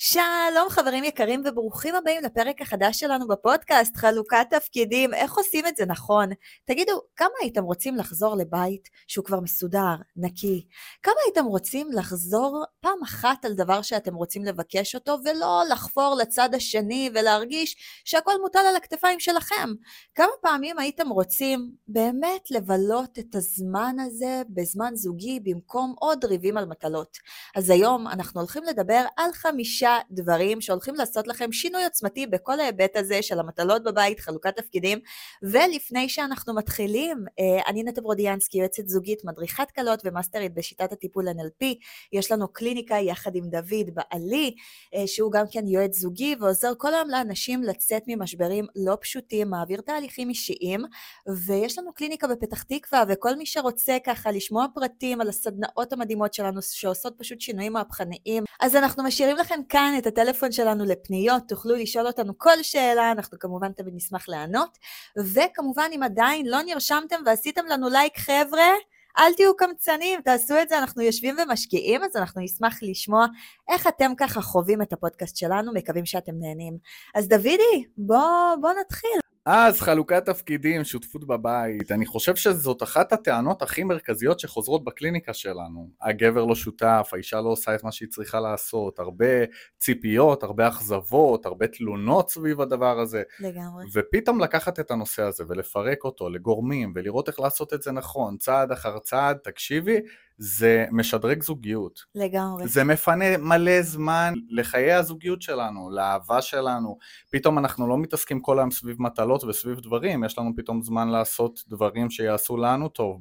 שלום חברים יקרים וברוכים הבאים לפרק החדש שלנו בפודקאסט, חלוקת תפקידים, איך עושים את זה נכון? תגידו, כמה הייתם רוצים לחזור לבית שהוא כבר מסודר, נקי? כמה הייתם רוצים לחזור פעם אחת על דבר שאתם רוצים לבקש אותו, ולא לחפור לצד השני ולהרגיש שהכל מוטל על הכתפיים שלכם? כמה פעמים הייתם רוצים באמת לבלות את הזמן הזה בזמן זוגי במקום עוד ריבים על מטלות? אז היום אנחנו הולכים לדבר על 5 דברים שהולכים לעשות לכם שינוי עוצמתי בכל ההיבט הזה של המטלות בבית, חלוקת תפקידים. ולפני שאנחנו מתחילים, אני נטע ברודיאנסקי, יועצת זוגית, מדריכת קלות ומאסטרית בשיטת הטיפול NLP. יש לנו קליניקה יחד עם דוד בעלי, שהוא גם כן יועץ זוגי ועוזר כל היום לאנשים לצאת ממשברים לא פשוטים, מעביר תהליכים אישיים, ויש לנו קליניקה בפתח תקווה, וכל מי שרוצה ככה לשמוע פרטים על הסדנאות המדהימות שלנו שעושות פשוט שינויים מהפכניים, אז אנחנו משאירים לכם כאן את הטלפון שלנו לפניות, תוכלו לשאול אותנו כל שאלה, אנחנו כמובן תמיד נשמח לענות. וכמובן אם עדיין לא נרשמתם ועשיתם לנו לייק חבר'ה, אל תהיו קמצנים, תעשו את זה, אנחנו יושבים ומשקיעים, אז אנחנו נשמח לשמוע איך אתם ככה חווים את הפודקאסט שלנו, מקווים שאתם נהנים. אז דוידי, בוא נתחיל. אז חלוקת תפקידים, שותפות בבית, אני חושב שזאת אחת הטענות הכי מרכזיות שחוזרות בקליניקה שלנו. הגבר לא שותף, האישה לא עושה את מה שהיא צריכה לעשות, הרבה ציפיות, הרבה אכזבות, הרבה תלונות סביב הדבר הזה. לגמרי. ופתאום לקחת את הנושא הזה ולפרק אותו לגורמים ולראות איך לעשות את זה נכון, צעד אחר צעד, תקשיבי, זה משדרג זוגיות. לגמרי. זה מפנה מלא זמן לחיי הזוגיות שלנו, לאהבה שלנו. פתאום אנחנו לא מתעסקים כל היום סביב מטלות וסביב דברים, יש לנו פתאום זמן לעשות דברים שיעשו לנו טוב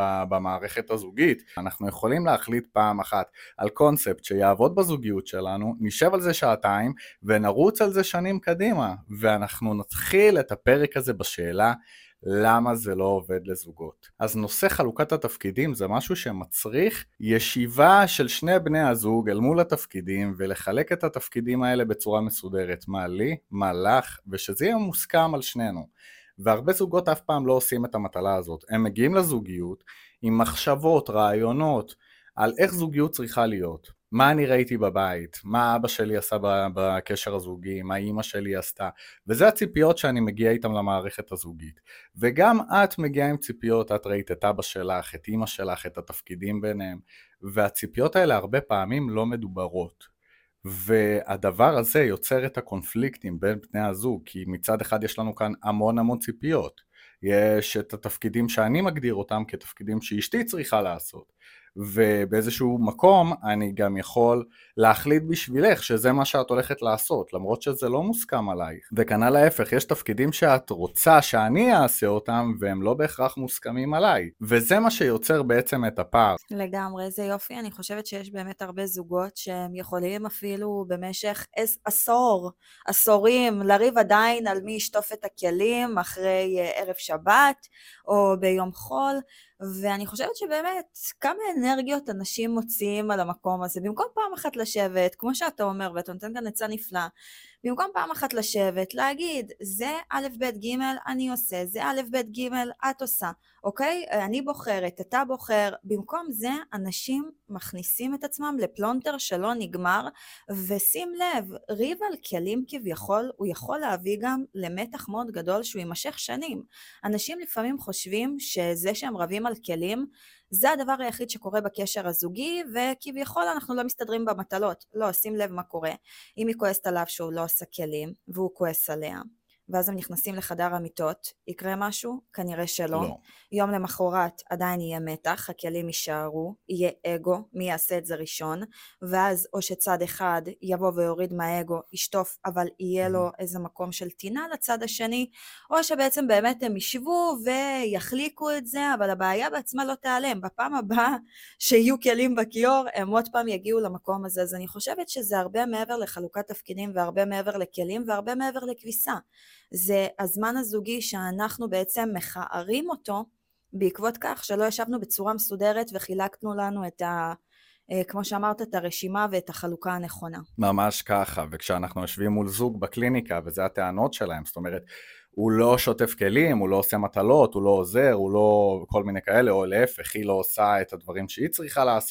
במערכת הזוגית. אנחנו יכולים להחליט פעם אחת על קונספט שיעבוד בזוגיות שלנו, נשב על זה שעתיים ונרוץ על זה שנים קדימה, ואנחנו נתחיל את הפרק הזה בשאלה, למה זה לא עובד לזוגות? אז נושא חלוקת התפקידים זה משהו שמצריך ישיבה של שני בני הזוג אל מול התפקידים, ולחלק את התפקידים האלה בצורה מסודרת, מה לי, מה לך, ושזה יהיה מוסכם על שנינו. והרבה זוגות אף פעם לא עושים את המטלה הזאת, הם מגיעים לזוגיות עם מחשבות, רעיונות, על איך זוגיות צריכה להיות. מה אני ראיתי בבית, מה אבא שלי עשה בקשר הזוגי, מה אמא שלי עשתה, וזה הציפיות שאני מגיע איתם למערכת הזוגית. וגם את מגיעה עם ציפיות, את ראית את אבא שלך, את אמא שלך, את התפקידים ביניהם, והציפיות האלה הרבה פעמים לא מדוברות. והדבר הזה יוצר את הקונפליקטים בין בני הזוג, כי מצד אחד יש לנו כאן המון ציפיות. יש את התפקידים שאני מגדיר אותם כתפקידים שאשתי צריכה לעשות. ובאיזשהו מקום אני גם יכול להחליט בשבילך שזה מה שאת הולכת לעשות, למרות שזה לא מוסכם עלייך. וכנ"ל ההפך, יש תפקידים שאת רוצה שאני אעשה אותם והם לא בהכרח מוסכמים עליי, וזה מה שיוצר בעצם את הפער. לגמרי, זה יופי. אני חושבת שיש באמת הרבה זוגות שהם יכולים אפילו במשך עשורים לריב עדיין על מי ישטוף את הכלים אחרי ערב שבת או ביום חול, ואני חושבת שבאמת כמה אנרגיות אנשים מוציאים על המקום הזה, במקום פעם אחת לשבת, כמו שאתה אומר, ואתה נותן כאן עצה נפלא, במקום פעם אחת לשבת, להגיד, זה א' ב' ג' אני עושה, זה א' ב' ג' את עושה, אוקיי? אני בוחרת, אתה בוחר. במקום זה, אנשים מכניסים את עצמם לפלונטר שלא נגמר, ושים לב, ריב על כלים כביכול, הוא יכול להביא גם למתח מאוד גדול שהוא יימשך שנים. אנשים לפעמים חושבים שזה שהם רבים על כלים, זה הדבר היחיד שקורה בקשר הזוגי, וכביכול אנחנו לא מסתדרים במטלות. לא, שים לב מה קורה. אם היא כועסת עליו שהוא לא עושה כלים, והוא כועס עליה, ואז הם נכנסים לחדר המיטות, יקרה משהו? כנראה שלא. לא. יום למחרת עדיין יהיה מתח, הכלים יישארו, יהיה אגו, מי יעשה את זה ראשון, ואז או שצד אחד יבוא ויוריד מהאגו, ישטוף, אבל יהיה לו איזה מקום של טינה לצד השני, או שבעצם באמת הם ישבו ויחליקו את זה, אבל הבעיה בעצמה לא תיעלם. בפעם הבאה שיהיו כלים בכיור, הם עוד פעם יגיעו למקום הזה. אז אני חושבת שזה הרבה מעבר לחלוקת תפקידים, והרבה מעבר לכלים, והרבה מעבר לכביסה. זה הזמן הזוגי שאנחנו בעצם מכערים אותו בעקבות כך שלא ישבנו בצורה מסודרת וחילקנו לנו את כמו שאמרת, את הרשימה ואת החלוקה הנכונה. ממש ככה, וכשאנחנו יושבים מול זוג בקליניקה, וזה הטענות שלהם, זאת אומרת, הוא לא שוטף כלים, הוא לא עושה מטלות, הוא לא עוזר, הוא לא כל מיני כאלה, או להפך, היא לא עושה את הדברים שהיא צריכה לעשות.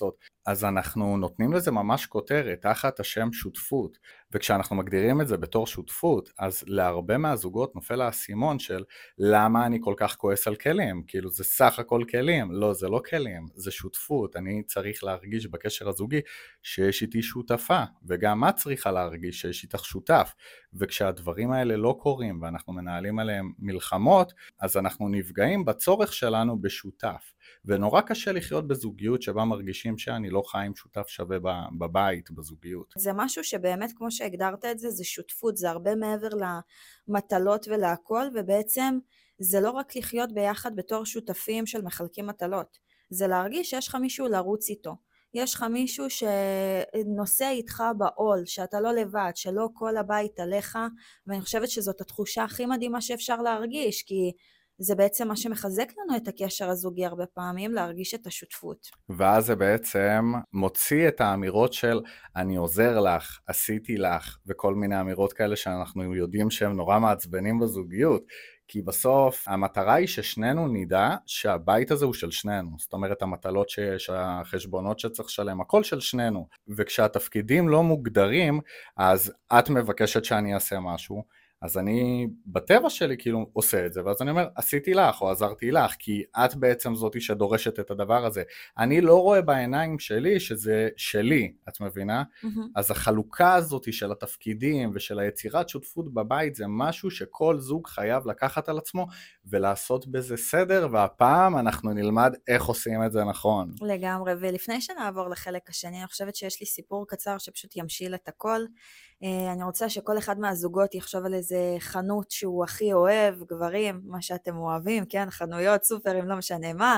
אז אנחנו נותנים לזה ממש כותרת, תחת השם שותפות, וכשאנחנו מגדירים את זה בתור שותפות, אז להרבה מהזוגות נופל האסימון של למה אני כל כך כועס על כלים, כאילו זה סך הכל כלים, לא זה לא כלים, זה שותפות, אני צריך להרגיש בקשר הזוגי שיש איתי שותפה, וגם את צריכה להרגיש שיש איתך שותף, וכשהדברים האלה לא קורים ואנחנו מנהלים עליהם מלחמות, אז אנחנו נפגעים בצורך שלנו בשותף. ונורא קשה לחיות בזוגיות שבה מרגישים שאני לא חי עם שותף שווה בבית, בזוגיות. זה משהו שבאמת כמו שהגדרת את זה, זה שותפות, זה הרבה מעבר למטלות ולהכל, ובעצם זה לא רק לחיות ביחד בתור שותפים של מחלקים מטלות, זה להרגיש שיש לך מישהו לרוץ איתו, יש לך מישהו שנושא איתך בעול, שאתה לא לבד, שלא כל הבית עליך, ואני חושבת שזאת התחושה הכי מדהימה שאפשר להרגיש, כי זה בעצם מה שמחזק לנו את הקשר הזוגי הרבה פעמים, להרגיש את השותפות. ואז זה בעצם מוציא את האמירות של אני עוזר לך, עשיתי לך, וכל מיני אמירות כאלה שאנחנו יודעים שהם נורא מעצבנים בזוגיות, כי בסוף המטרה היא ששנינו נדע שהבית הזה הוא של שנינו, זאת אומרת המטלות שיש, החשבונות שצריך לשלם, הכל של שנינו, וכשהתפקידים לא מוגדרים, אז את מבקשת שאני אעשה משהו, אז אני בטבע שלי כאילו עושה את זה, ואז אני אומר, עשיתי לך או עזרתי לך, כי את בעצם זאתי שדורשת את הדבר הזה. אני לא רואה בעיניים שלי שזה שלי, את מבינה? אז החלוקה הזאת של התפקידים ושל היצירת שותפות בבית, זה משהו שכל זוג חייב לקחת על עצמו, ולעשות בזה סדר, והפעם אנחנו נלמד איך עושים את זה נכון. לגמרי, ולפני שנעבור לחלק השני, אני חושבת שיש לי סיפור קצר שפשוט ימשיל את הכל. אני רוצה שכל אחד מהזוגות יחשוב על איזה חנות שהוא הכי אוהב, גברים, מה שאתם אוהבים, כן? חנויות, סופרים, לא משנה מה,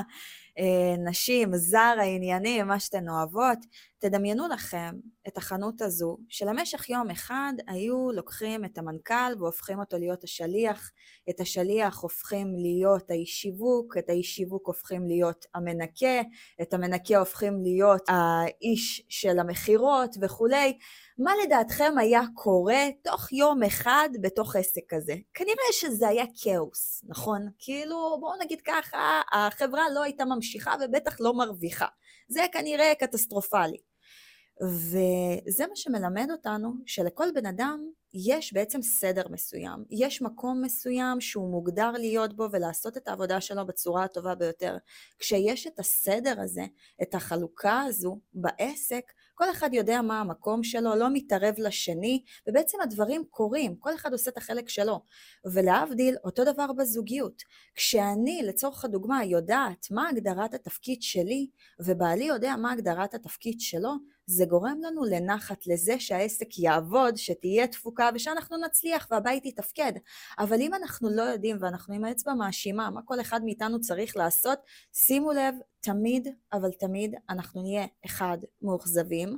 נשים, זר, העניינים, מה שאתן אוהבות. תדמיינו לכם את החנות הזו, שלמשך יום אחד היו לוקחים את המנכ"ל והופכים אותו להיות השליח, את השליח הופכים להיות האיש שיווק, את האיש שיווק הופכים להיות המנקה, את המנקה הופכים להיות האיש של המחירות וכולי. מה לדעתכם היה קורה תוך יום אחד בתוך עסק כזה? כנראה שזה היה כאוס, נכון? כאילו בואו נגיד ככה, החברה לא הייתה ממשיכה ובטח לא מרוויחה. זה כנראה קטסטרופלי. וזה מה שמלמד אותנו שלכל בן אדם יש בעצם סדר מסוים, יש מקום מסוים שהוא מוגדר להיות בו ולעשות את העבודה שלו בצורה הטובה ביותר. כשיש את הסדר הזה, את החלוקה הזו בעסק, כל אחד יודע מה המקום שלו, לא מתערב לשני, ובעצם הדברים קורים, כל אחד עושה את החלק שלו. ולהבדיל, אותו דבר בזוגיות. כשאני, לצורך הדוגמה, יודעת מה הגדרת התפקיד שלי, ובעלי יודע מה הגדרת התפקיד שלו, זה גורם לנו לנחת לזה שהעסק יעבוד, שתהיה תפוקה ושאנחנו נצליח והבית יתפקד. אבל אם אנחנו לא יודעים ואנחנו עם האצבע מאשימה, מה כל אחד מאיתנו צריך לעשות, שימו לב, תמיד, אבל תמיד אנחנו נהיה אחד, מאוכזבים,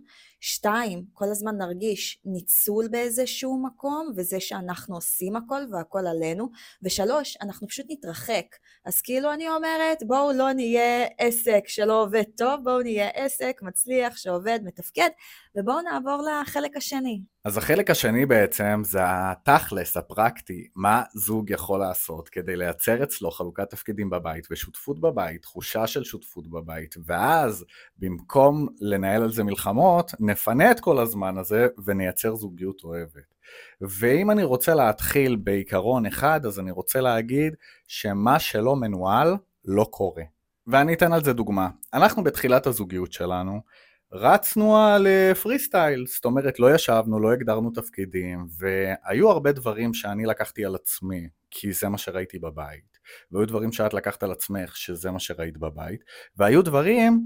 2, כל הזמן נרגיש ניצול באיזשהו מקום, וזה שאנחנו עושים הכל והכל עלינו, ו3, אנחנו פשוט נתרחק. אז כאילו אני אומרת, בואו לא נהיה עסק שלא עובד טוב, בואו נהיה עסק מצליח שעובד מתפקד, ובואו נעבור לחלק השני. אז החלק השני בעצם זה התכלס, הפרקטי, מה זוג יכול לעשות כדי לייצר אצלו חלוקת תפקידים בבית ושותפות בבית, תחושה של שותפות בבית, ואז במקום לנהל על זה מלחמות, נפנה את כל הזמן הזה ונייצר זוגיות אוהבת. ואם אני רוצה להתחיל בעיקרון אחד, אז אני רוצה להגיד שמה שלא מנוהל לא קורה. ואני אתן על זה דוגמה. אנחנו בתחילת הזוגיות שלנו, רצנו על פרי סטייל, זאת אומרת לא ישבנו, לא הגדרנו תפקידים, והיו הרבה דברים שאני לקחתי על עצמי, כי זה מה שראיתי בבית, והיו דברים שאת לקחת על עצמך, שזה מה שראית בבית, והיו דברים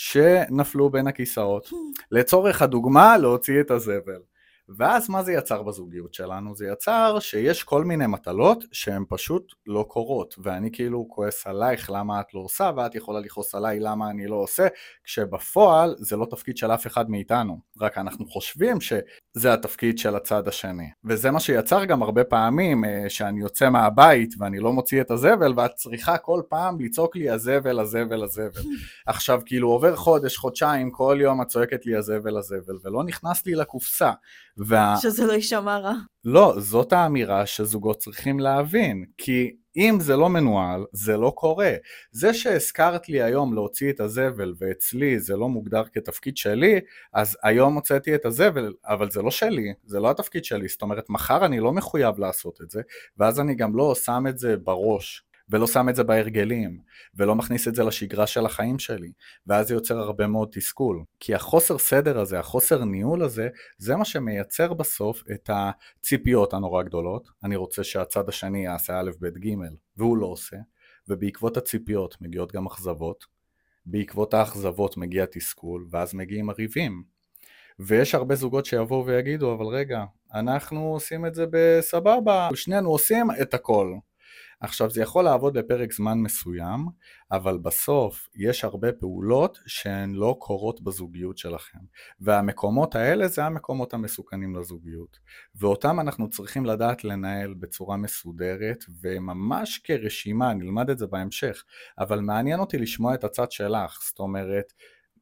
שנפלו בין הכיסאות. לצורך הדוגמה, להוציא את הזבל. ואז מה זה יצר בזוגיות שלנו? זה יצר שיש כל מיני מטלות שהן פשוט לא קורות, ואני כאילו כועס עלייך למה את לא עושה, ואת יכולה לכעוס עליי למה אני לא עושה, כשבפועל זה לא תפקיד של אף אחד מאיתנו, רק אנחנו חושבים שזה התפקיד של הצד השני. וזה מה שיצר גם הרבה פעמים שאני יוצא מהבית ואני לא מוציא את הזבל, ואת צריכה כל פעם לצעוק לי הזבל, הזבל, הזבל. עכשיו כאילו עובר חודש, חודשיים, כל יום את צועקת לי הזבל, הזבל, ולא נכנס לי לקופסה. שזה לא יישמע רע. לא, זאת האמירה שזוגות צריכים להבין, כי אם זה לא מנוהל, זה לא קורה. זה שהזכרת לי היום להוציא את הזבל, ואצלי זה לא מוגדר כתפקיד שלי, אז היום הוצאתי את הזבל, אבל זה לא שלי, זה לא התפקיד שלי, זאת אומרת, מחר אני לא מחויב לעשות את זה, ואז אני גם לא שם את זה בראש, ולא שם את זה בהרגלים, ולא מכניס את זה לשגרה של החיים שלי, ואז זה יוצר הרבה מאוד תסכול, כי החוסר סדר הזה, החוסר ניהול הזה, זה מה שמייצר בסוף את הציפיות הנורא גדולות. אני רוצה שהצד השני יעשה א' ב' ג' והוא לא עושה, ובעקבות הציפיות מגיעות גם אכזבות, בעקבות האכזבות מגיע תסכול, ואז מגיעים הריבים. ויש הרבה זוגות שיבואו ויגידו, אבל רגע, אנחנו עושים את זה בסבבה, שנינו עושים את הכל. עכשיו זה יכול לעבוד בפרק זמן מסוים, אבל בסוף יש הרבה פעולות שהן לא קורות בזוגיות שלכם. והמקומות האלה זה המקומות המסוכנים לזוגיות. ואותם אנחנו צריכים לדעת לנהל בצורה מסודרת, וממש כרשימה, נלמד את זה בהמשך. אבל מעניין אותי לשמוע את הצד שלך, זאת אומרת,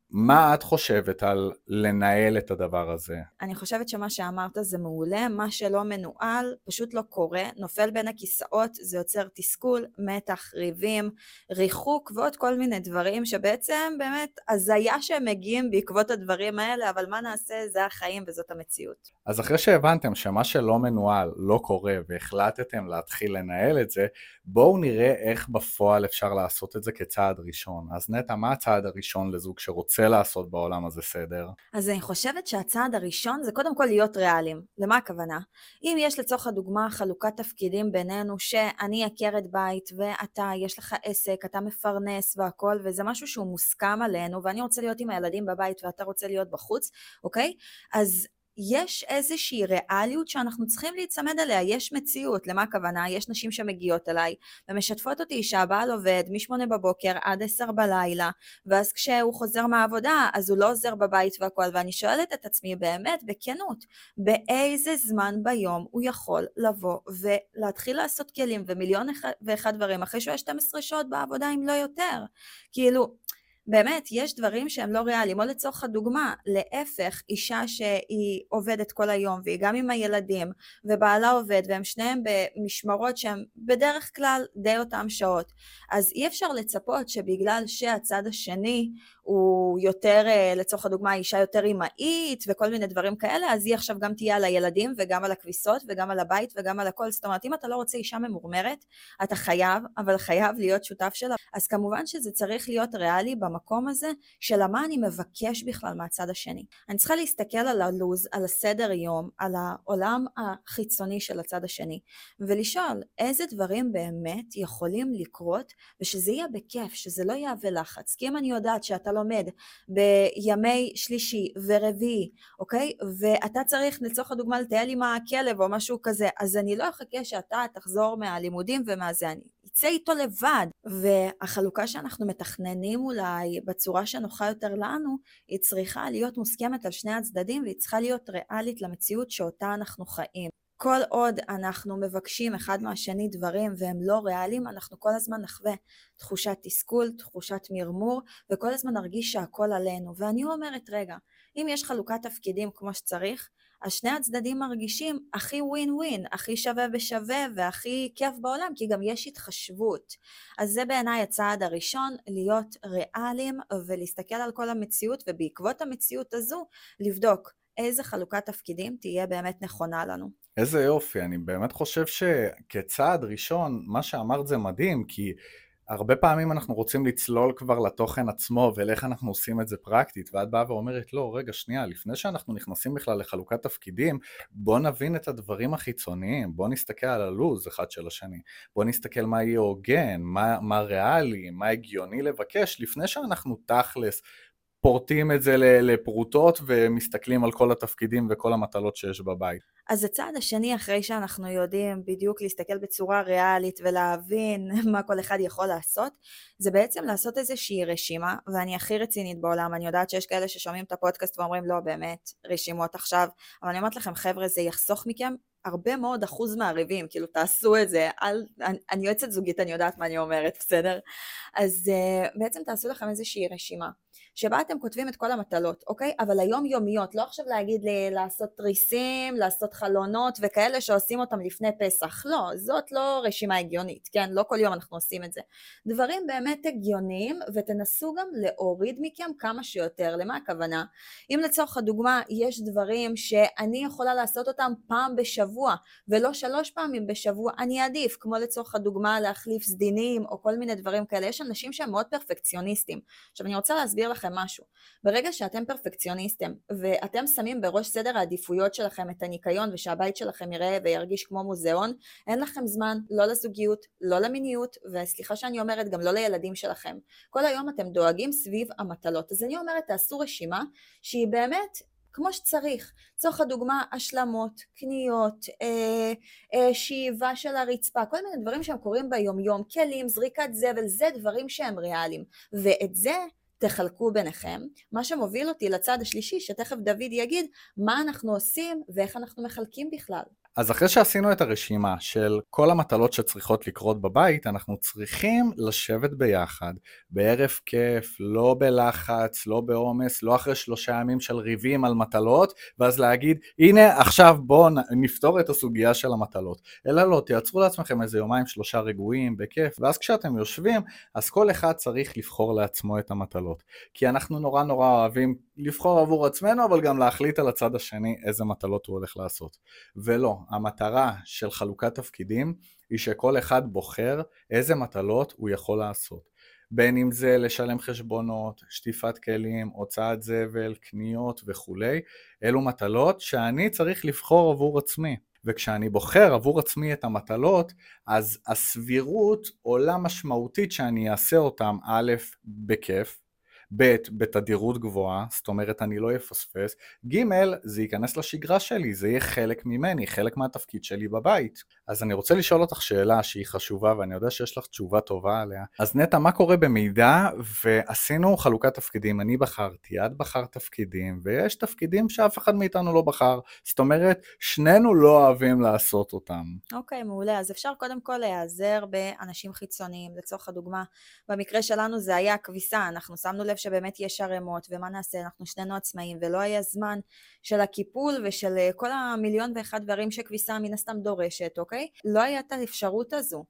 מה את חושבת על לנהל את הדבר הזה? אני חושבת שמה שאמרת זה מעולה, מה שלא מנוהל פשוט לא קורה, נופל בין הכיסאות, זה יוצר תסכול, מתח, ריבים, ריחוק ועוד כל מיני דברים שבעצם באמת הזיה שהם מגיעים בעקבות הדברים האלה, אבל מה נעשה, זה החיים וזאת המציאות. אז אחרי שהבנתם שמה שלא מנוהל לא קורה והחלטתם להתחיל לנהל את זה, בואו נראה איך בפועל אפשר לעשות את זה כצעד ראשון. אז נטע, מה הצעד הראשון לזוג שרוצה לעשות בעולם הזה סדר? אז אני חושבת שהצעד הראשון זה קודם כל להיות ריאליים. למה הכוונה? אם יש לצורך הדוגמה חלוקת תפקידים בינינו שאני עקרת בית ואתה יש לך עסק, אתה מפרנס והכל, וזה משהו שהוא מוסכם עלינו ואני רוצה להיות עם הילדים בבית ואתה רוצה להיות בחוץ, אוקיי? אז יש איזושהי ריאליות שאנחנו צריכים להצמד אליה, יש מציאות, למה הכוונה? יש נשים שמגיעות אליי ומשתפות אותי שהבעל עובד מ8 בבוקר עד 10 בלילה, ואז כשהוא חוזר מהעבודה אז הוא לא עוזר בבית והכל, ואני שואלת את עצמי באמת בכנות, באיזה זמן ביום הוא יכול לבוא ולהתחיל לעשות כלים ומיליון ואחד דברים אחרי שהוא היה 12 שעות בעבודה אם לא יותר, כאילו באמת, יש דברים שהם לא ריאליים, או לצורך הדוגמה, להפך, אישה שהיא עובדת כל היום, והיא גם עם הילדים, ובעלה עובד, והם שניהם במשמרות שהם בדרך כלל די אותם שעות. אז אי אפשר לצפות שבגלל שהצד השני הוא יותר, לצורך הדוגמה, אישה יותר אימהית, וכל מיני דברים כאלה, אז היא עכשיו גם תהיה על הילדים, וגם על הכביסות, וגם על הבית, וגם על הכל. זאת אומרת, אם אתה לא רוצה אישה ממורמרת, אתה חייב, אבל חייב להיות שותף שלה. אז כמובן שזה צריך להיות ריאלי במקום הזה, של מה אני מבקש בכלל מהצד השני. אני צריכה להסתכל על הלוז, על הסדר יום, על העולם החיצוני של הצד השני, ולשאול איזה דברים באמת יכולים לקרות, ושזה יהיה בכיף, שזה לא יהווה לחץ. כי אם אני יודעת שאתה לומד בימי שלישי ורביעי, אוקיי? ואתה צריך לצורך הדוגמה לטייל עם הכלב או משהו כזה, אז אני לא אחכה שאתה תחזור מהלימודים ומהזה, אני יצא איתו לבד. והחלוקה שאנחנו מתכננים אולי בצורה שנוחה יותר לנו, היא צריכה להיות מוסכמת על שני הצדדים, והיא צריכה להיות ריאלית למציאות שאותה אנחנו חיים. כל עוד אנחנו מבקשים אחד מהשני דברים והם לא ריאליים, אנחנו כל הזמן נחווה תחושת תסכול, תחושת מרמור, וכל הזמן נרגיש שהכל עלינו. ואני אומרת, רגע, אם יש חלוקת תפקידים כמו שצריך, אז שני הצדדים מרגישים הכי ווין ווין, הכי שווה בשווה והכי כיף בעולם, כי גם יש התחשבות. אז זה בעיניי הצעד הראשון, להיות ריאליים ולהסתכל על כל המציאות, ובעקבות המציאות הזו לבדוק איזה חלוקת תפקידים תהיה באמת נכונה לנו. איזה יופי, אני באמת חושב שכצעד ראשון, מה שאמרת זה מדהים, כי הרבה פעמים אנחנו רוצים לצלול כבר לתוכן עצמו, ולאיך אנחנו עושים את זה פרקטית, ואת באה ואומרת, לא, רגע, שנייה, לפני שאנחנו נכנסים בכלל לחלוקת תפקידים, בוא נבין את הדברים החיצוניים, בוא נסתכל על הלוז אחד של השני, בוא נסתכל מה יהיה הוגן, מה ריאלי, מה הגיוני לבקש, לפני שאנחנו תכלס פורטים את זה לפרוטות, ומסתכלים על כל התפקידים וכל המטלות שיש בבית. אז הצעד השני, אחרי שאנחנו יודעים בדיוק להסתכל בצורה ריאלית ולהבין מה כל אחד יכול לעשות, זה בעצם לעשות איזושהי רשימה, ואני הכי רצינית בעולם, אני יודעת שיש כאלה ששומעים את הפודקאסט ואומרים לא באמת רשימות עכשיו, אבל אני אומרת לכם חבר'ה, זה יחסוך מכם הרבה מאוד אחוז מהריבים, כאילו תעשו את זה, אני יועצת זוגית, אני יודעת מה אני אומרת, בסדר? אז בעצם תעשו לכם איזושהי רשימה, שבה אתם כותבים את כל המטלות, אוקיי? אבל היום יומיות, לא עכשיו להגיד לעשות תריסים, לעשות חלונות וכאלה שעושים אותם לפני פסח. לא, זאת לא רשימה הגיונית, כן? לא כל יום אנחנו עושים את זה. דברים באמת הגיוניים, ותנסו גם להוריד מכם כמה שיותר. למה הכוונה? אם לצורך הדוגמה יש דברים שאני יכולה לעשות אותם פעם בשבוע, ולא 3 פעמים בשבוע, אני אעדיף, כמו לצורך הדוגמה להחליף סדינים, או כל מיני דברים כאלה. יש אנשים שהם מאוד פרפקציוניסטים. עכשיו אני רוצה להסביר לכם משהו. ברגע שאתם פרפקציוניסטים, ואתם שמים בראש סדר העדיפויות שלכם את הניקיון, ושהבית שלכם יראה וירגיש כמו מוזיאון, אין לכם זמן, לא לזוגיות, לא למיניות, וסליחה שאני אומרת, גם לא לילדים שלכם. כל היום אתם דואגים סביב המטלות. אז אני אומרת, תעשו רשימה שהיא באמת כמו שצריך. צורך הדוגמה, השלמות, קניות, שאיבה של הרצפה, כל מיני דברים שהם קורים ביום-יום, כלים, זריקת זבל, זה דברים שהם ריאליים. ואת זה תחלקו ביניכם. מה שמוביל אותי לצד השלישי, שתכף דוד יגיד מה אנחנו עושים ואיך אנחנו מחלקים בכלל. אז אחרי שעשינו את הרשימה של כל המטלות שצריכות לקרות בבית, אנחנו צריכים לשבת ביחד, בערב כיף, לא בלחץ, לא בעומס, לא אחרי 3 ימים של ריבים על מטלות, ואז להגיד, הנה עכשיו בואו נפתור את הסוגיה של המטלות. אלא לא, תייצרו לעצמכם איזה 2-3 רגועים, בכיף, ואז כשאתם יושבים, אז כל אחד צריך לבחור לעצמו את המטלות. כי אנחנו נורא אוהבים לבחור עבור עצמנו, אבל גם להחליט על הצד השני איזה מטלות הוא הולך לעשות. ולא, המטרה של חלוקת תפקידים היא שכל אחד בוחר איזה מטלות הוא יכול לעשות. בין אם זה לשלם חשבונות, שטיפת כלים, הוצאת זבל, קניות וכו'. אלו מטלות שאני צריך לבחור עבור עצמי. וכשאני בוחר עבור עצמי את המטלות, אז הסבירות עולה משמעותית שאני אעשה אותם א' בכיף, ב' בתדירות גבוהה, זאת אומרת אני לא אפספס, ג' זה ייכנס לשגרה שלי, זה יהיה חלק ממני, חלק מהתפקיד שלי בבית. אז אני רוצה לשאול אותך שאלה שהיא חשובה ואני יודע שיש לך תשובה טובה עליה. אז נטע, מה קורה במידה ועשינו חלוקת תפקידים, אני בחרתי, את בחרת תפקידים, ויש תפקידים שאף אחד מאיתנו לא בחר, זאת אומרת שנינו לא אוהבים לעשות אותם. אוקיי, מעולה. אז אפשר קודם כל להיעזר באנשים חיצוניים. לצורך הדוגמה, במקרה שלנו זה היה כביסה, אנחנו שמנו לב שבאמת יש ערימות, ומה נעשה? אנחנו שנינו עצמאים, ולא היה זמן של הקיפול ושל כל 1,000,001 דברים שכביסה מן הסתם דורשת, אוקיי? לא הייתה האפשרות הזו.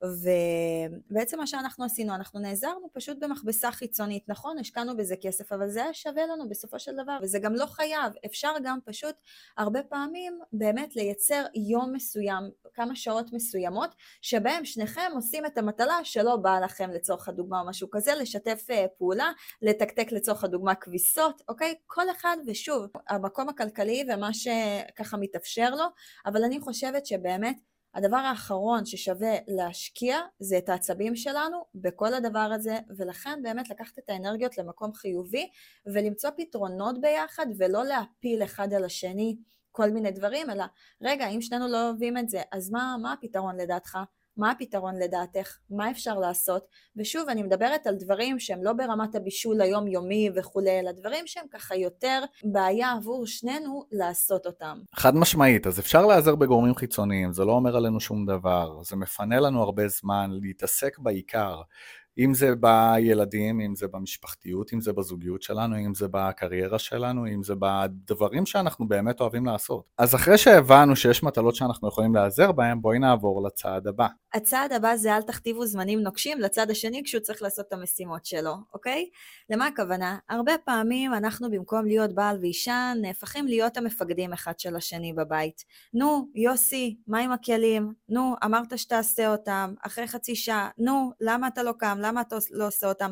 ובעצם מה שאנחנו עשינו, אנחנו נעזרנו פשוט במכבסה חיצונית, נכון? השקענו בזה כסף, אבל זה היה שווה לנו בסופו של דבר, וזה גם לא חייב. אפשר גם פשוט הרבה פעמים באמת לייצר יום מסוים, כמה שעות מסוימות, שבהם שניכם עושים את המטלה שלא באה לכם לצורך הדוגמה או משהו כזה, לשתף פעולה, לתקתק לצורך הדוגמה כביסות, אוקיי? כל אחד ושוב, המקום הכלכלי ומה שככה מתאפשר לו, אבל אני חושבת שבאמת הדבר האחרון ששווה להשקיע זה את העצבים שלנו בכל הדבר הזה, ולכן באמת לקחת את האנרגיות למקום חיובי ולמצוא פתרונות ביחד ולא להפיל אחד על השני כל מיני דברים, אלא רגע, אם שנינו לא אוהבים את זה, אז מה הפתרון לדעתך? מה הפתרון לדעתך? מה אפשר לעשות? ושוב, אני מדברת על דברים שהם לא ברמת הבישול היומיומי וכו', אלא דברים שהם ככה יותר בעיה עבור שנינו לעשות אותם. חד משמעית, אז אפשר לעזר בגורמים חיצוניים, זה לא אומר עלינו שום דבר, זה מפנה לנו הרבה זמן להתעסק בעיקר, אם זה בילדים, אם זה במשפחתיות, אם זה בזוגיות שלנו, אם זה בקריירה שלנו, אם זה בדברים שאנחנו באמת אוהבים לעשות. אז אחרי שהבנו שיש מטלות שאנחנו יכולים לעזר בהם, בואי נעבור לצעד הבא. הצעד הבא זה אל תכתיבו זמנים נוקשים לצד השני כשהוא צריך לעשות את המשימות שלו, אוקיי? למה הכוונה? הרבה פעמים אנחנו במקום להיות בעל ואישה, נהפכים להיות המפקדים אחד של השני בבית. נו, יוסי, מה עם הכלים? נו, אמרת שתעשה אותם, אחרי חצי שעה, נו, למה אתה לא קם? למה אתה לא עושה אותם?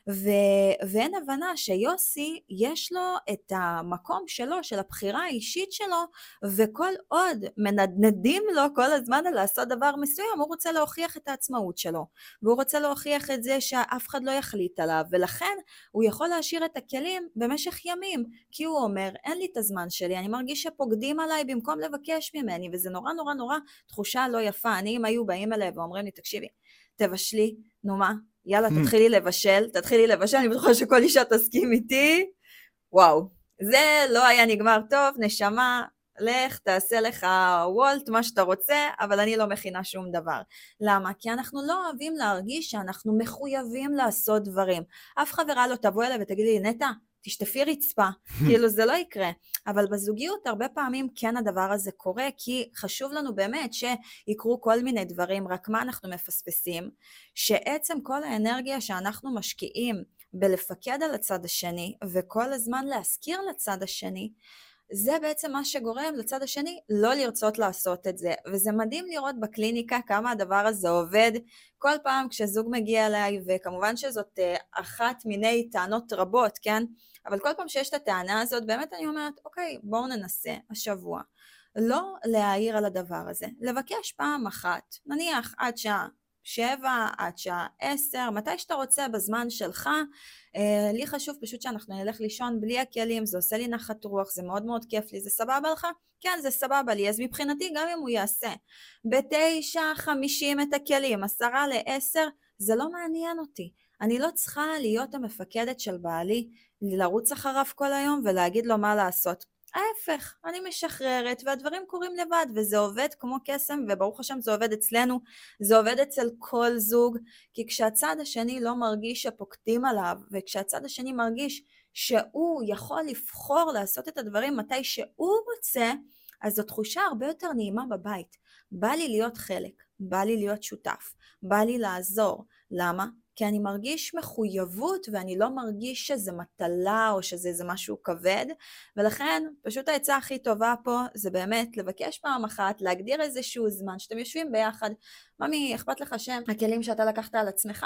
ואין הבנה שיוסי יש לו את המקום שלו, של הבחירה האישית שלו, וכל עוד מנדנדים לו כל הזמן על לעשות דבר מסוים, הוא רוצה להוכיח את העצמאות שלו, והוא רוצה להוכיח את זה שאף אחד לא יחליט עליו, ולכן הוא יכול להשאיר את הכלים במשך ימים, כי הוא אומר, אין לי את הזמן שלי, אני מרגיש שפוקדים עליי במקום לבקש ממני, וזה נורא נורא נורא תחושה לא יפה. אני אם היו באים אליי ואומרים לי, תקשיבי, תבשלי, נו מה, יאללה תתחילי לבשל, אני בטוחה שכל אישה תסכים איתי, וואו, זה לא היה נגמר טוב, נשמה, לך, תעשה לך וולט, מה שאתה רוצה, אבל אני לא מכינה שום דבר. למה? כי אנחנו לא אוהבים להרגיש שאנחנו מחויבים לעשות דברים. אף חברה לא תבוא אליי ותגיד לי, נטע, תשטפי רצפה, כאילו זה לא יקרה. אבל בזוגיות הרבה פעמים כן הדבר הזה קורה, כי חשוב לנו באמת שיקרו כל מיני דברים, רק מה אנחנו מפספסים, שעצם כל האנרגיה שאנחנו משקיעים בלפקד על הצד השני, וכל הזמן להזכיר לצד השני, זה בעצם מה שגורם לצד השני לא לרצות לעשות את זה. וזה מדהים לראות בקליניקה כמה הדבר הזה עובד. כל פעם כשזוג מגיע אליי, וכמובן שזאת אחת מיני טענות רבות, כן? אבל כל פעם שיש את הטענה הזאת, באמת אני אומרת, אוקיי, בואו ננסה השבוע. לא להעיר על הדבר הזה. לבקש פעם אחת, נניח עד שעה 7, עד שעה 10, מתי שאתה רוצה בזמן שלך. לי חשוב פשוט שאנחנו נלך לישון בלי הכלים, זה עושה לי נחת רוח, זה מאוד מאוד כיף לי, זה סבבה לך? כן, זה סבבה לי, אז מבחינתי גם אם הוא יעשה ב9:50 את הכלים, 9:50, זה לא מעניין אותי. אני לא צריכה להיות המפקדת של בעלי, לרוץ אחריו כל היום ולהגיד לו מה לעשות. ההפך, אני משחררת והדברים קורים לבד, וזה עובד כמו קסם, וברוך השם זה עובד אצלנו, זה עובד אצל כל זוג, כי כשהצד השני לא מרגיש שפוקדים עליו, וכשהצד השני מרגיש שהוא יכול לבחור לעשות את הדברים מתי שהוא רוצה, אז זו תחושה הרבה יותר נעימה בבית. בא לי להיות חלק, בא לי להיות שותף, בא לי לעזור. למה? כי אני מרגיש מחויבות, ואני לא מרגיש שזה מטלה או שזה משהו כבד, ולכן פשוט העצה הכי טובה פה זה באמת לבקש פעם אחת, להגדיר איזשהו זמן שאתם יושבים ביחד. ממי, אכפת לך שהם הכלים שאתה לקחת על עצמך,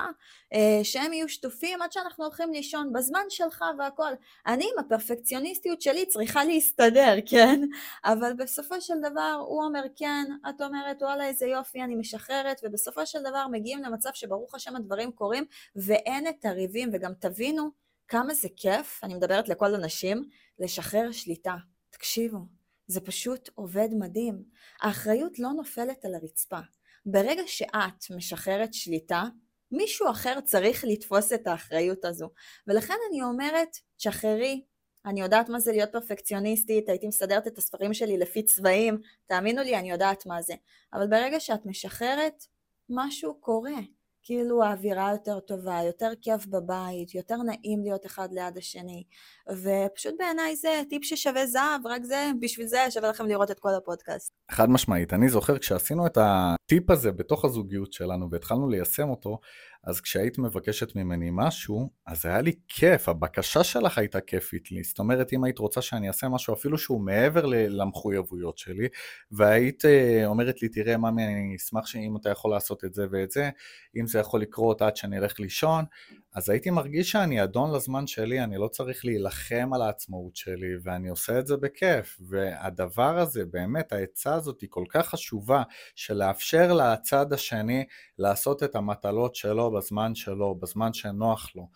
שהם יהיו שטופים עד שאנחנו הולכים לישון בזמן שלך והכל. אני עם הפרפקציוניסטיות שלי צריכה להסתדר, כן? אבל בסופו של דבר הוא אומר כן, את אומרת וואלה איזה יופי, אני משחררת, ובסופו של דבר מגיעים למצב שברוך השם הדברים קורים ואין את הריבים. וגם תבינו כמה זה כיף, אני מדברת לכל אנשים, לשחרר שליטה. תקשיבו, זה פשוט עובד מדהים. האחריות לא נופלת על הרצפה. ברגע שאת משחררת שליטה, מישהו אחר צריך לתפוס את האחריות הזו. ולכן אני אומרת, שחררי. אני יודעת מה זה להיות פרפקציוניסטית, הייתי מסדרת את הספרים שלי לפי צבעים, תאמינו לי, אני יודעת מה זה. אבל ברגע שאת משחררת, משהו קורה. כאילו האווירה יותר טובה, יותר כיף בבית, יותר נעים להיות אחד ליד השני. ופשוט בעיניי זה טיפ ששווה זהב, רק זה, בשביל זה שווה לכם לראות את כל הפודקאסט. חד משמעית, אני זוכר כשעשינו את הטיפ הזה בתוך הזוגיות שלנו והתחלנו ליישם אותו, אז כשהיית מבקשת ממני משהו, אז היה לי כיף, הבקשה שלך הייתה כיפית לי, זאת אומרת אם היית רוצה שאני אעשה משהו אפילו שהוא מעבר למחויבויות שלי, והיית אומרת לי תראה ממי אני אשמח שאם אתה יכול לעשות את זה ואת זה, אם זה יכול לקרות עד שאני אלך לישון, אז הייתי מרגיש שאני אדון לזמן שלי, אני לא צריך להילחם על העצמאות שלי, ואני עושה את זה בכיף, והדבר הזה, באמת, העצה הזאת היא כל כך חשובה, של לאפשר לצד השני לעשות את המטלות שלו בזמן שלו, בזמן שנוח לו.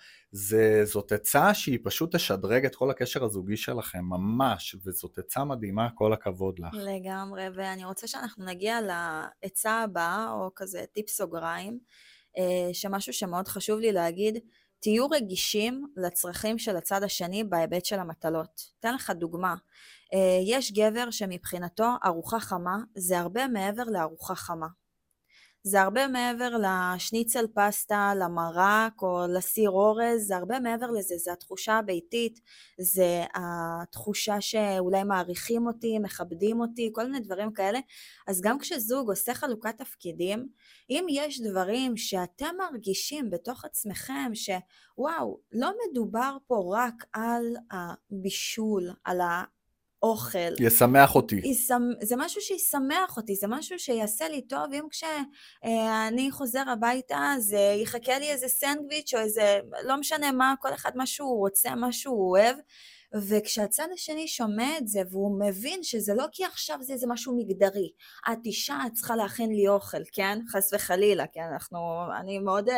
זאת עצה שהיא פשוט תשדרג את כל הקשר הזוגי שלכם, ממש, וזאת עצה מדהימה, כל הכבוד לך. לגמרי, ואני רוצה שאנחנו נגיע לעצה הבאה, או כזה טיפ סוגריים, שמשהו שמאוד חשוב לי להגיד, תהיו רגישים לצרכים של הצד השני בהיבט של המטלות. אתן לך דוגמה, יש גבר שמבחינתו ארוחה חמה זה הרבה מעבר לארוחה חמה. זה הרבה מעבר לשניצל פסטה, למרק או לסיר אורז, זה הרבה מעבר לזה, זה התחושה הביתית, זה התחושה שאולי מעריכים אותי, מכבדים אותי, כל מיני דברים כאלה. אז גם כשזוג עושה חלוקת תפקידים, אם יש דברים שאתם מרגישים בתוך עצמכם, שוואו, לא מדובר פה רק על הבישול, על אוכל. ישמח אותי. זה משהו שישמח אותי, זה משהו שיעשה לי טוב, אם כשאני חוזר הביתה, זה יחכה לי איזה סנדוויץ' או איזה, לא משנה מה, כל אחד מה שהוא רוצה, מה שהוא אוהב, וכשהצד השני שומע את זה, והוא מבין שזה לא כי עכשיו זה איזה משהו מגדרי, את אישה, את צריכה להכין לי אוכל, כן? חס וחלילה, כן? אני מאוד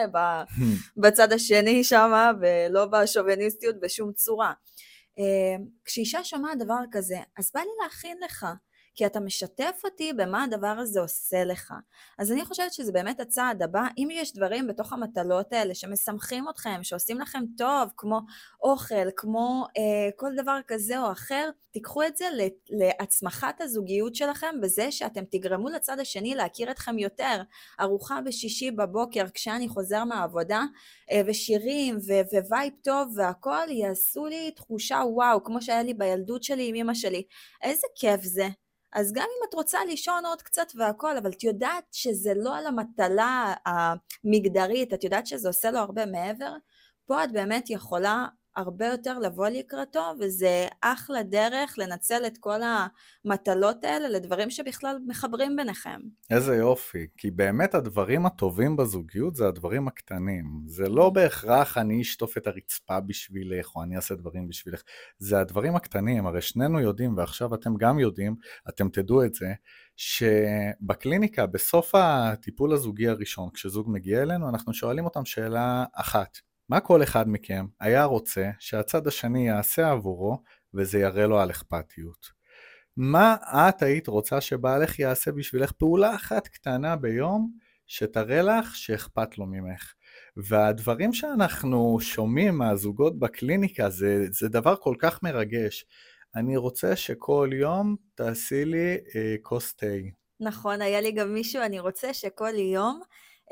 בצד השני שמה, ולא בשוביניסטיות בשום צורה. כשאישה שומעת דבר כזה, אז בא לי להכין לך, כי אתה משתף אותי במה הדבר הזה עושה לך. אז אני חושבת שזה באמת הצעד הבא. אם יש דברים בתוך המטלות האלה שמשמחים אתכם, שעושים לכם טוב, כמו אוכל, כמו כל דבר כזה או אחר, תיקחו את זה להצמחת הזוגיות שלכם, בזה שאתם תגרמו לצד השני להכיר אתכם יותר. ארוחה בשישי בבוקר כשאני חוזר מהעבודה, ושירים ווייב טוב והכל יעשו לי תחושה וואו, כמו שהיה לי בילדות שלי עם אמא שלי. איזה כיף זה. אז גם אם את רוצה לישון עוד קצת והכל, אבל את יודעת שזה לא על המטלה המגדרית, את יודעת שזה עושה לו הרבה מעבר, פה את באמת יכולה הרבה יותר לבוא לקראתו, וזה אחלה דרך לנצל את כל המטלות האלה לדברים שבכלל מחברים ביניכם. איזה יופי, כי באמת הדברים הטובים בזוגיות זה הדברים הקטנים. זה לא בהכרח אני אשטוף את הרצפה בשבילך, או אני אעשה דברים בשבילך. זה הדברים הקטנים, הרי שנינו יודעים, ועכשיו אתם גם יודעים, אתם תדעו את זה, שבקליניקה, בסוף הטיפול הזוגי הראשון, כשזוג מגיע אלינו, אנחנו שואלים אותם שאלה אחת. מה כל אחד מכם היה רוצה שהצד השני יעשה עבורו, וזה יראה לו על אכפתיות? מה את היית רוצה שבעלך יעשה בשבילך פעולה אחת קטנה ביום, שתראה לך שאכפת לו ממך? והדברים שאנחנו שומעים מהזוגות בקליניקה, זה דבר כל כך מרגש. אני רוצה שכל יום תעשי לי כוס תה. נכון, היה לי גם מישהו, אני רוצה שכל יום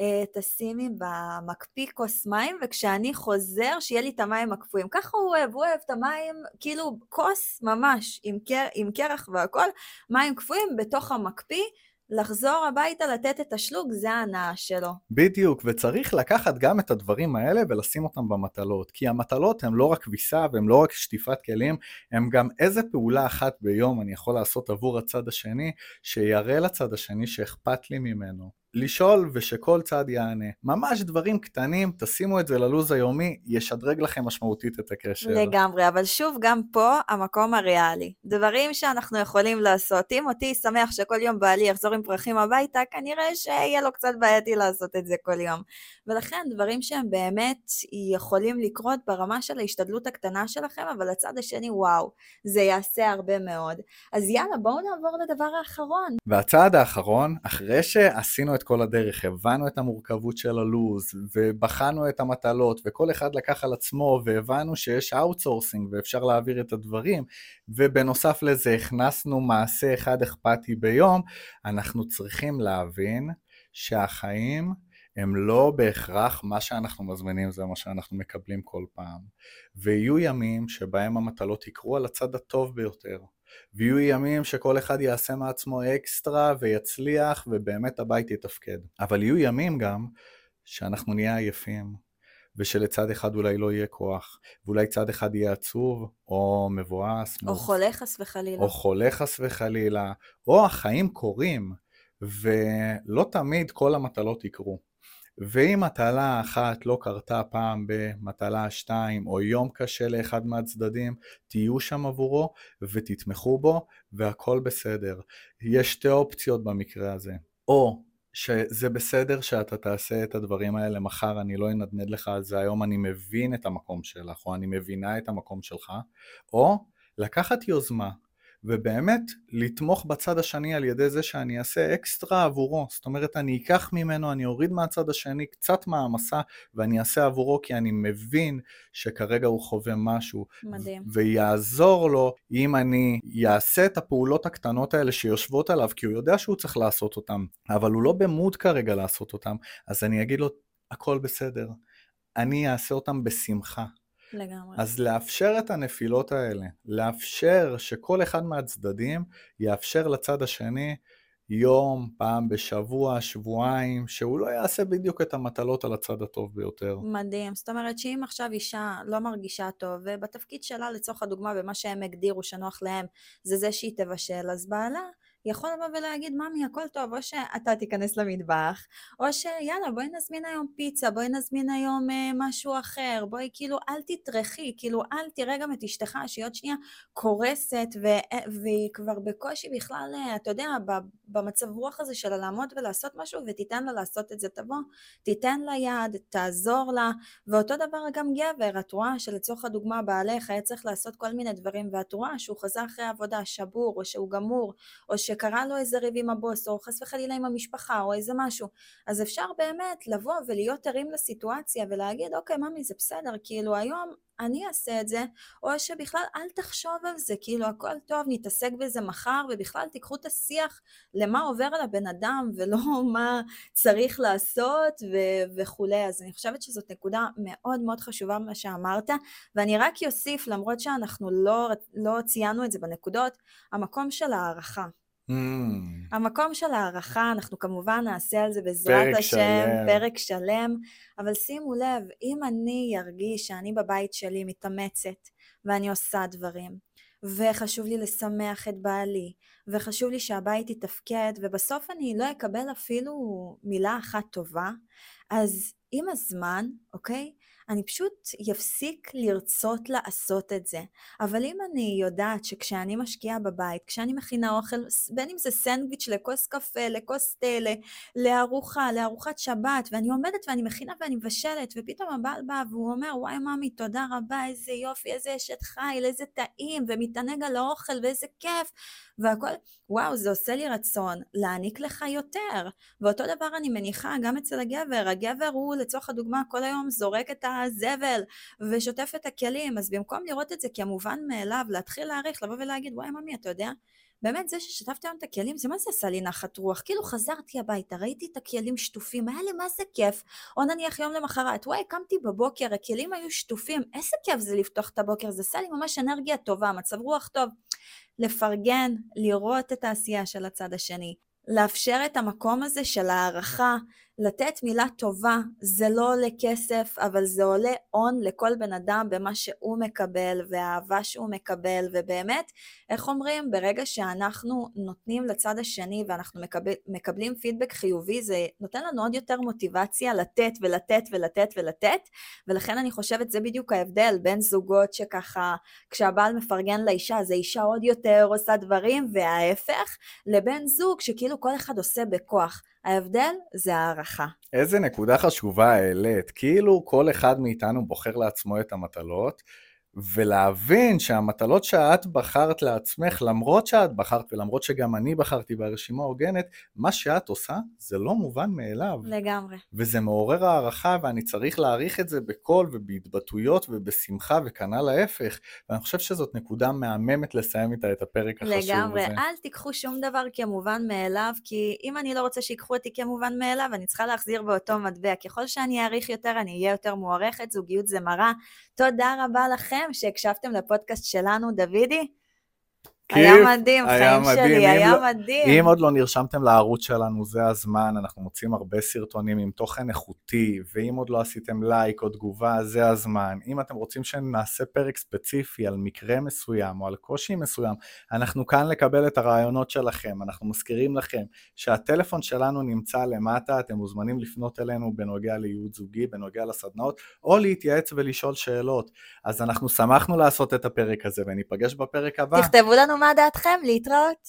תשימי במקפיא כוס מים, וכשאני חוזר שיהיה לי את המים הקפואים. ככה הוא אוהב את המים, כאילו כוס ממש עם קרח והכל, מים קפואים בתוך המקפיא, לחזור הביתה לתת את השלוק, זה ההנאה שלו. בדיוק, וצריך לקחת גם את הדברים האלה ולשים אותם במטלות, כי המטלות הן לא רק כביסה והן לא רק שטיפת כלים, הן גם איזה פעולה אחת ביום אני יכול לעשות עבור הצד השני, שיראה לצד השני שאכפת לי ממנו. לשאול ושכל צד יענה. ממש דברים קטנים, תשימו את זה ללוז היומי, ישדרג לכם משמעותית את הקשר. לגמרי, אבל שוב, גם פה המקום הריאלי. דברים שאנחנו יכולים לעשות. אם אותי שמח שכל יום בעלי יחזור עם פרחים הביתה, כנראה שיהיה לו קצת בעייתי לעשות את זה כל יום. ולכן דברים שהם באמת יכולים לקרות ברמה של ההשתדלות הקטנה שלכם, אבל הצד השני, וואו, זה יעשה הרבה מאוד. אז יאללה, בואו נעבור לדבר האחרון. והצעד האחרון, אחרי שעשינו את כל הדרך, הבנו את המורכבות של הלוז, ובחנו את המטלות, וכל אחד לקח על עצמו, והבנו שיש אאוטסורסינג, ואפשר להעביר את הדברים, ובנוסף לזה הכנסנו מעשה אחד אכפתי ביום, אנחנו צריכים להבין שהחיים הם לא בהכרח מה שאנחנו מזמינים, זה מה שאנחנו מקבלים כל פעם. ויהיו ימים שבהם המטלות יקרו על הצד הטוב ביותר. ויהיו ימים שכל אחד יעשה מעצמו אקסטרה ויצליח ובאמת הבית יתפקד. אבל יהיו ימים גם שאנחנו נהיה עייפים, ושלצד אחד אולי לא יהיה כוח, ואולי צד אחד יהיה עצוב או מבואס. או חולה חס וחלילה. או חולה חס וחלילה, או החיים קורים, ולא תמיד כל המטלות יקרו. ואם מטלה אחת לא קרתה פעם במטלה 2, או יום קשה לאחד מהצדדים, תהיו שם עבורו ותתמכו בו, והכל בסדר. יש שתי אופציות במקרה הזה. או שזה בסדר שאתה תעשה את הדברים האלה מחר, אני לא אנדנד לך על זה היום, אני מבין את המקום שלך, או אני מבינה את המקום שלך, או לקחת יוזמה, ובאמת לתמוך בצד השני על ידי זה שאני אעשה אקסטרה עבורו. זאת אומרת, אני אקח ממנו, אני אוריד מהצד השני קצת מהמסע, ואני אעשה עבורו כי אני מבין שכרגע הוא חווה משהו. מדהים. ויעזור לו אם אני אעשה את הפעולות הקטנות האלה שיושבות עליו, כי הוא יודע שהוא צריך לעשות אותם, אבל הוא לא במוד כרגע לעשות אותם, אז אני אגיד לו, הכל בסדר. אני אעשה אותם בשמחה. לגמרי. אז לאפשר את הנפילות האלה, לאפשר שכל אחד מהצדדים יאפשר לצד השני יום, פעם בשבוע, שבועיים, שהוא לא יעשה בדיוק את המטלות על הצד הטוב ביותר. מדהים, זאת אומרת שאם עכשיו אישה לא מרגישה טוב, ובתפקיד שלה לצורך הדוגמה במה שהם הגדירו שנוח להם, זה שהיא תבשל, אז בעלה יכול לבוא ולהגיד, ממי, הכל טוב, או שאתה תיכנס למטבח, או שיאללה, בואי נזמין היום פיצה, בואי נזמין היום משהו אחר, בואי כאילו אל תתרחי, כאילו אל תראה גם את אשתך, שהיא עוד שנייה קורסת, והיא כבר בקושי בכלל, אתה יודע, במצב רוח הזה שלה לעמוד ולעשות משהו, ותיתן לה לעשות את זה, תבוא, תיתן לה יד, תעזור לה, ואותו דבר גם גבר, את רואה שלצורך הדוגמה בעלך היה צריך לעשות כל מיני דברים, ואת רואה שהוא חזר אחרי עבודה שבור, או שהוא גמור, או שקרה לו איזה ריב עם הבוס, או חס וחלילה עם המשפחה, או איזה משהו, אז אפשר באמת לבוא ולהיות ערים לסיטואציה, ולהגיד, אוקיי, ממי, זה בסדר, כאילו היום אני אעשה את זה, או שבכלל אל תחשוב על זה, כאילו הכל טוב, נתעסק בזה מחר, ובכלל תיקחו את השיח למה עובר על הבן אדם, ולא מה צריך לעשות וכולי. אז אני חושבת שזאת נקודה מאוד מאוד חשובה מה שאמרת, ואני רק יוסיף, למרות שאנחנו לא ציינו את זה בנקודות, המקום של הערכה. המקום של הערכה, אנחנו כמובן נעשה על זה בעזרת השם, פרק שלם, אבל שימו לב, אם אני ארגיש שאני בבית שלי מתאמצת, ואני עושה דברים, וחשוב לי לשמח את בעלי, וחשוב לי שהבית יתפקד, ובסוף אני לא אקבל אפילו מילה אחת טובה, אז עם הזמן, אוקיי? אני פשוט יפסיק לרצות לעשות את זה. אבל אם אני יודעת שכשאני משקיעה בבית, כשאני מכינה אוכל, בין אם זה סנדוויץ' לכוס קפה, לכוס תה, לארוחת שבת, ואני עומדת ואני מכינה ואני מבשלת, ופתאום הבעל בא והוא אומר, וואי ממי, תודה רבה, איזה יופי, איזה אשת חיל, איזה טעים, ומתענג על האוכל, ואיזה כיף, והכל, וואו, זה עושה לי רצון להעניק לך יותר. ואותו דבר אני מניחה גם אצל הגבר. הגבר הוא לצורך הדוגמה כל היום זורק את הזבל ושוטף את הכלים, אז במקום לראות את זה כמובן מאליו, להתחיל להעריך, לבוא ולהגיד, וואי ממי, אתה יודע, באמת זה ששטפתי היום את הכלים, זה מה זה עשה לי נחת רוח, כאילו חזרתי הביתה, ראיתי את הכלים שטופים, היה לי מה זה כיף, או נניח יום למחרת, וואי, קמתי בבוקר, הכלים היו שטופים, איזה כיף זה לפתוח את הבוקר, זה עשה לי ממש אנרגיה טובה, מצב רוח טוב, לפרגן, לראות את העשייה של הצד השני, לאפשר את המקום הזה של הערכה, לתת מילה טובה, זה לא עולה כסף, אבל זה עולה און לכל בן אדם במה שהוא מקבל, והאהבה שהוא מקבל, ובאמת, איך אומרים, ברגע שאנחנו נותנים לצד השני, ואנחנו מקבלים פידבק חיובי, זה נותן לנו עוד יותר מוטיבציה לתת ולתת ולתת ולתת, ולכן אני חושבת זה בדיוק ההבדל בין זוגות שככה, כשהבעל מפרגן לאישה, אז האישה עוד יותר עושה דברים, וההפך, לבין זוג שכאילו כל אחד עושה בכוח. ההבדל זה הערכה. איזה נקודה חשובה העלית, כאילו כל אחד מאיתנו בוחר לעצמו את המטלות, ולהבין שהמטלות שאת בחרת לעצמך, למרות שאת בחרת ולמרות שגם אני בחרתי ברשימה הוגנת, מה שאת עושה זה לא מובן מאליו. לגמרי. וזה מעורר הערכה, ואני צריך להעריך את זה בקול ובהתבטאויות ובשמחה וכנ"ל ההפך, ואני חושב שזאת נקודה מהממת לסיים איתה את הפרק החשוב הזה. לגמרי, אל תיקחו שום דבר כמובן מאליו, כי אם אני לא רוצה שיקחו אותי כמובן מאליו, אני צריכה להחזיר באותו מטבע. ככל שאני אעריך יותר, אני אהיה יותר מוערכת, זוגיות זה מראה. תודה רבה לכם שהקשבתם לפודקאסט שלנו, דוידי. היה מדהים, חיים שלי, היה מדהים. אם עוד לא נרשמתם לערוץ שלנו, זה הזמן, אנחנו מוצאים הרבה סרטונים עם תוכן איכותי, ואם עוד לא עשיתם לייק או תגובה, זה הזמן. אם אתם רוצים שנעשה פרק ספציפי על מקרה מסוים או על קושי מסוים, אנחנו כאן לקבל את הרעיונות שלכם, אנחנו מזכירים לכם שהטלפון שלנו נמצא למטה, אתם מוזמנים לפנות אלינו בנוגע לייעוץ זוגי, בנוגע לסדנאות, או להתייעץ ולשאול שאלות. אז אנחנו שמחנו לעשות את הפרק הזה, וניפגש בפרק הבא. תכתבו לנו מה דעתכם, להתראות.